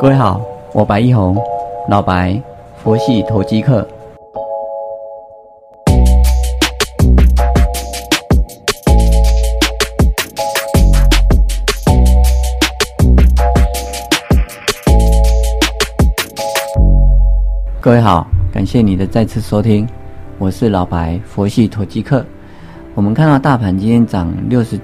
各位好，我白一红，老白，佛系投机客。各位好，感谢你的再次收听，我是老白，佛系投机客。我们看到大盘今天涨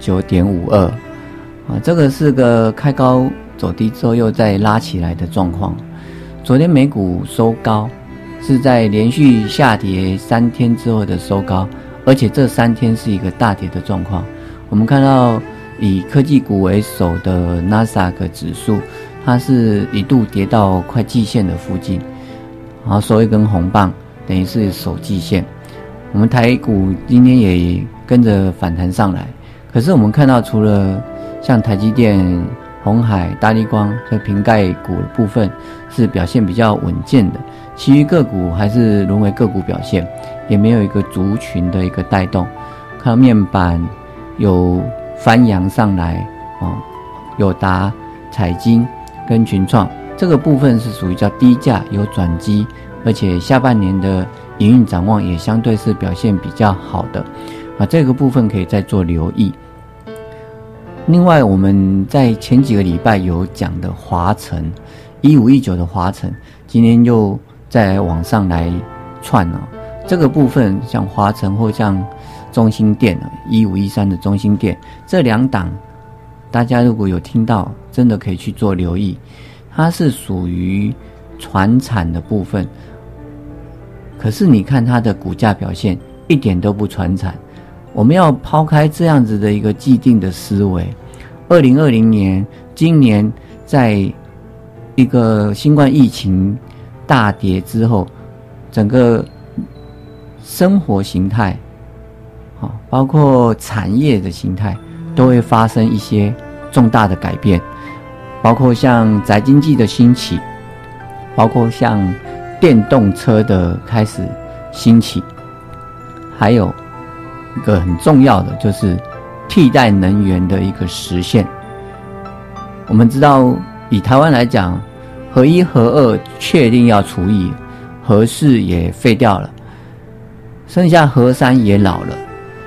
69.52 这个是个开高走低之后又再拉起来的状况。昨天美股收高，是在连续下跌3天之后的收高，而且这3天是一个大跌的状况。我们看到以科技股为首的 NASDAQ 指数，它是一度跌到快季线的附近，然后收一根红棒，等于是守季线。我们台股今天也跟着反弹上来，可是我们看到除了像台积电、鸿海、大立光这瓶盖股的部分是表现比较稳健的，其余个股还是沦为个股表现，也没有一个族群的一个带动。看到面板有翻扬上来友达、彩晶跟群创这个部分是属于叫低价有转机，而且下半年的营运展望也相对是表现比较好的这个部分可以再做留意。另外我们在前几个礼拜有讲的华城1519的华城，今天又再来往上来窜这个部分像华城或像中兴电1513的中兴电，这两档大家如果有听到真的可以去做留意，它是属于传产的部分，可是你看它的股价表现一点都不传产。我们要抛开这样子的一个既定的思维，2020年今年在一个新冠疫情大跌之后，整个生活形态包括产业的形态都会发生一些重大的改变，包括像宅经济的兴起，包括像电动车的开始兴起，还有一个很重要的就是替代能源的一个实现。我们知道以台湾来讲，核一核二确定要除役，核四也废掉了，剩下核三也老了。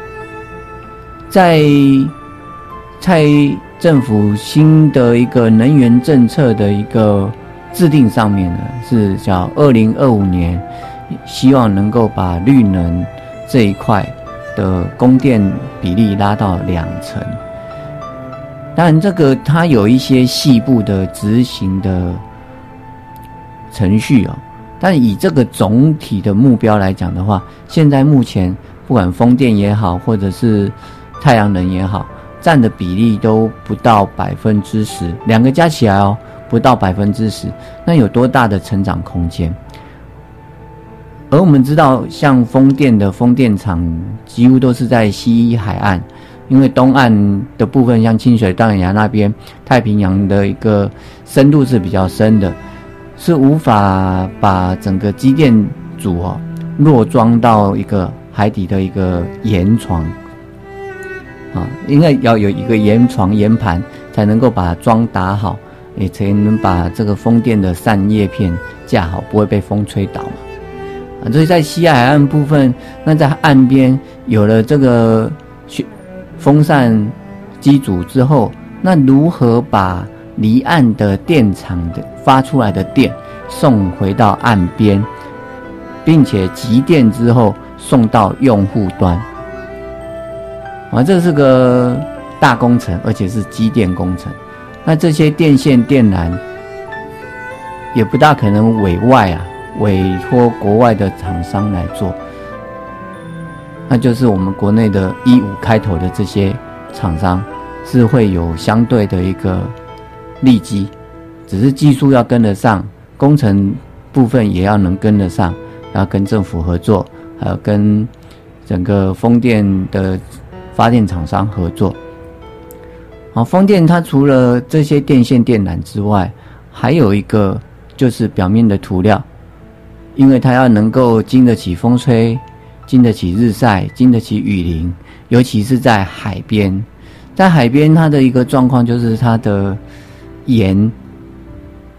在蔡政府新的一个能源政策的一个制定上面呢，是叫2025年希望能够把绿能这一块的供电比例拉到2成。当然这个它有一些细部的执行的程序但以这个总体的目标来讲的话，现在目前不管风电也好或者是太阳能也好，占的比例都不到 10%， 两个加起来不到 10%， 那有多大的成长空间？而我们知道像风电的风电场几乎都是在西海岸，因为东岸的部分像清水断崖那边太平洋的一个深度是比较深的，是无法把整个机电组落装到一个海底的一个岩床应该要有一个岩床岩盘才能够把桩打好，也才能把这个风电的扇叶片架好，不会被风吹倒所以在西海岸部分，那在岸边有了这个风扇机组之后，那如何把离岸的电厂的发出来的电送回到岸边，并且集电之后送到用户端这是个大工程，而且是机电工程。那这些电线电缆也不大可能委托国外的厂商来做，那就是我们国内的15开头的这些厂商是会有相对的一个利基，只是技术要跟得上，工程部分也要能跟得上，要跟政府合作，还有跟整个风电的发电厂商合作。风电它除了这些电线电缆之外，还有一个就是表面的涂料，因为它要能够经得起风吹，经得起日晒，经得起雨淋，尤其是在海边。在海边它的一个状况就是它的盐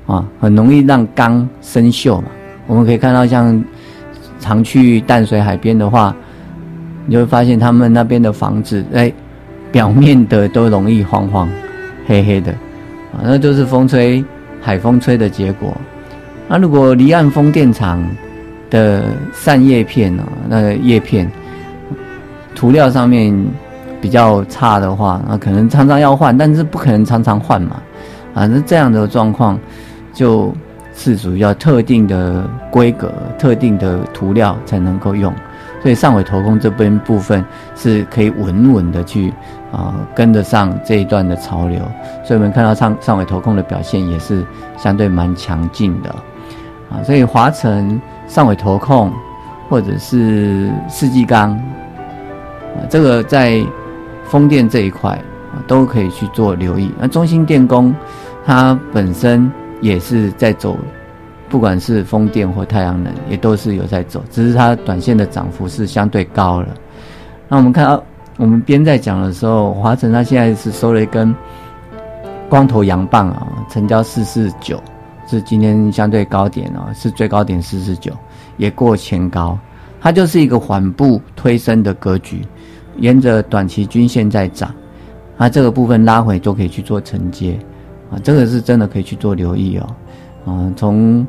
很容易让钢生锈嘛。我们可以看到像常去淡水海边的话，你就会发现他们那边的房子表面的都容易黄黄黑黑的那就是海风吹的结果。那如果离岸风电场的扇叶片那个叶片涂料上面比较差的话，那可能常常要换，但是不可能常常换嘛。那这样的状况就是属于要特定的规格、特定的涂料才能够用。所以上尾头控这边部分是可以稳稳的去跟得上这一段的潮流。所以我们看到上尾头控的表现也是相对蛮强劲的所以华城、上尾头控或者是世纪钢这个在风电这一块都可以去做留意。那中兴电工它本身也是在走，不管是风电或太阳能也都是有在走，只是它短线的涨幅是相对高了。那我们看到我们边在讲的时候，华城它现在是收了一根光头阳棒成交449，是今天相对高点是最高点449，也过前高。它就是一个缓步推升的格局，沿着短期均线在涨，这个部分拉回就可以去做承接这个是真的可以去做留意从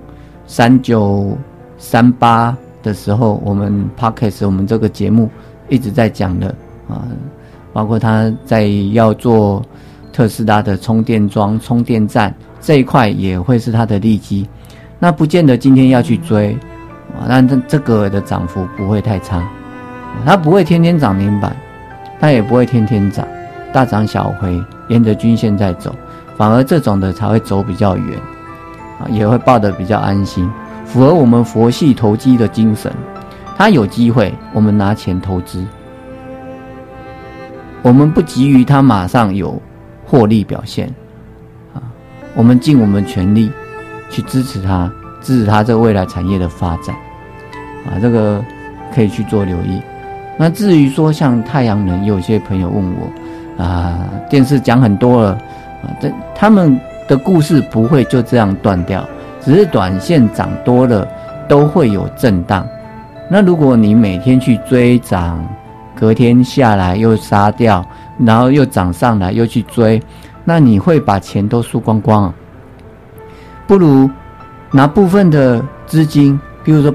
3938的时候，我们 Podcast 我们这个节目一直在讲的包括它在要做特斯拉的充电桩、充电站这一块也会是它的利基。那不见得今天要去追但这个的涨幅不会太差它不会天天涨停板，它也不会天天涨，大涨小回，沿着均线在走，反而这种的才会走比较远也会抱得比较安心，符合我们佛系投机的精神。它有机会我们拿钱投资，我们不急于它马上有获利表现我们尽我们全力去支持它这未来产业的发展这个可以去做留意。那至于说像太阳能，有些朋友问我电视讲很多了他们的故事不会就这样断掉，只是短线涨多了都会有震荡。那如果你每天去追涨，隔天下来又杀掉，然后又涨上来又去追，那你会把钱都输光光不如拿部分的资金，比如说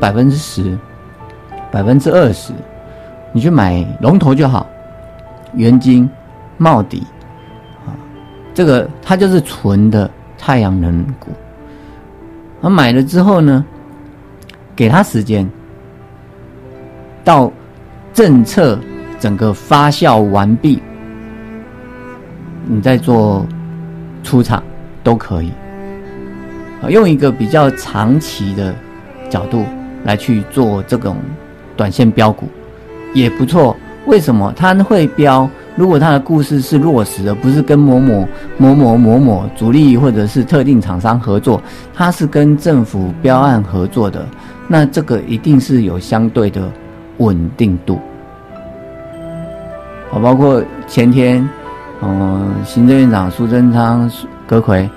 10%、20%， 你去买龙头就好，元晶、茂迪这个它就是纯的太阳能股买了之后呢，给它时间到政策整个发酵完毕，你再做出场都可以用一个比较长期的角度来去做这种短线标股也不错。为什么它会标？如果它的故事是落实的，不是跟某主力或者是特定厂商合作，它是跟政府标案合作的，那这个一定是有相对的稳定度包括前天行政院长苏贞昌阁揆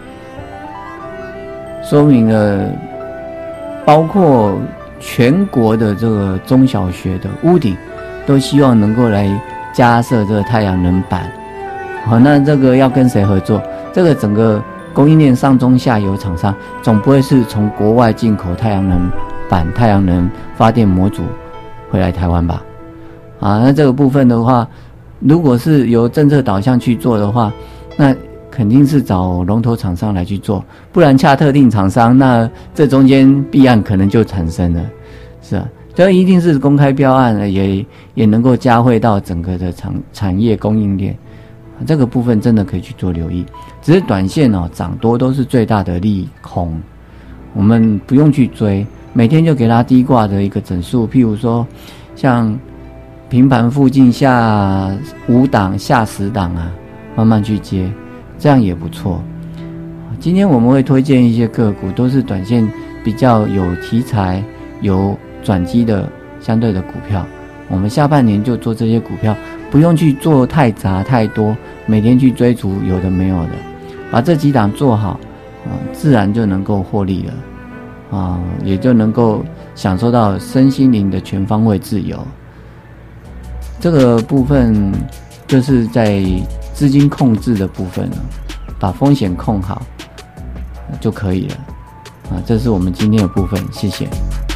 说明了，包括全国的这个中小学的屋顶都希望能够来加设这个太阳能板那这个要跟谁合作？这个整个供应链上中下游厂商总不会是从国外进口太阳能板、太阳能发电模组回来台湾吧那这个部分的话，如果是由政策导向去做的话，那肯定是找龙头厂商来去做，不然洽特定厂商，那这中间弊案可能就产生了，是这一定是公开标案也能够加惠到整个的产业供应链这个部分真的可以去做留意。只是短线涨多都是最大的利空，我们不用去追，每天就给它低挂的一个整数，譬如说像平盘附近下5档下10档慢慢去接，这样也不错。今天我们会推荐一些个股，都是短线比较有题材、有转机的相对的股票。我们下半年就做这些股票，不用去做太杂太多，每天去追逐有的没有的，把这几档做好自然就能够获利了也就能够享受到身心灵的全方位自由。这个部分就是在资金控制的部分把风险控好就可以了这是我们今天的部分，谢谢。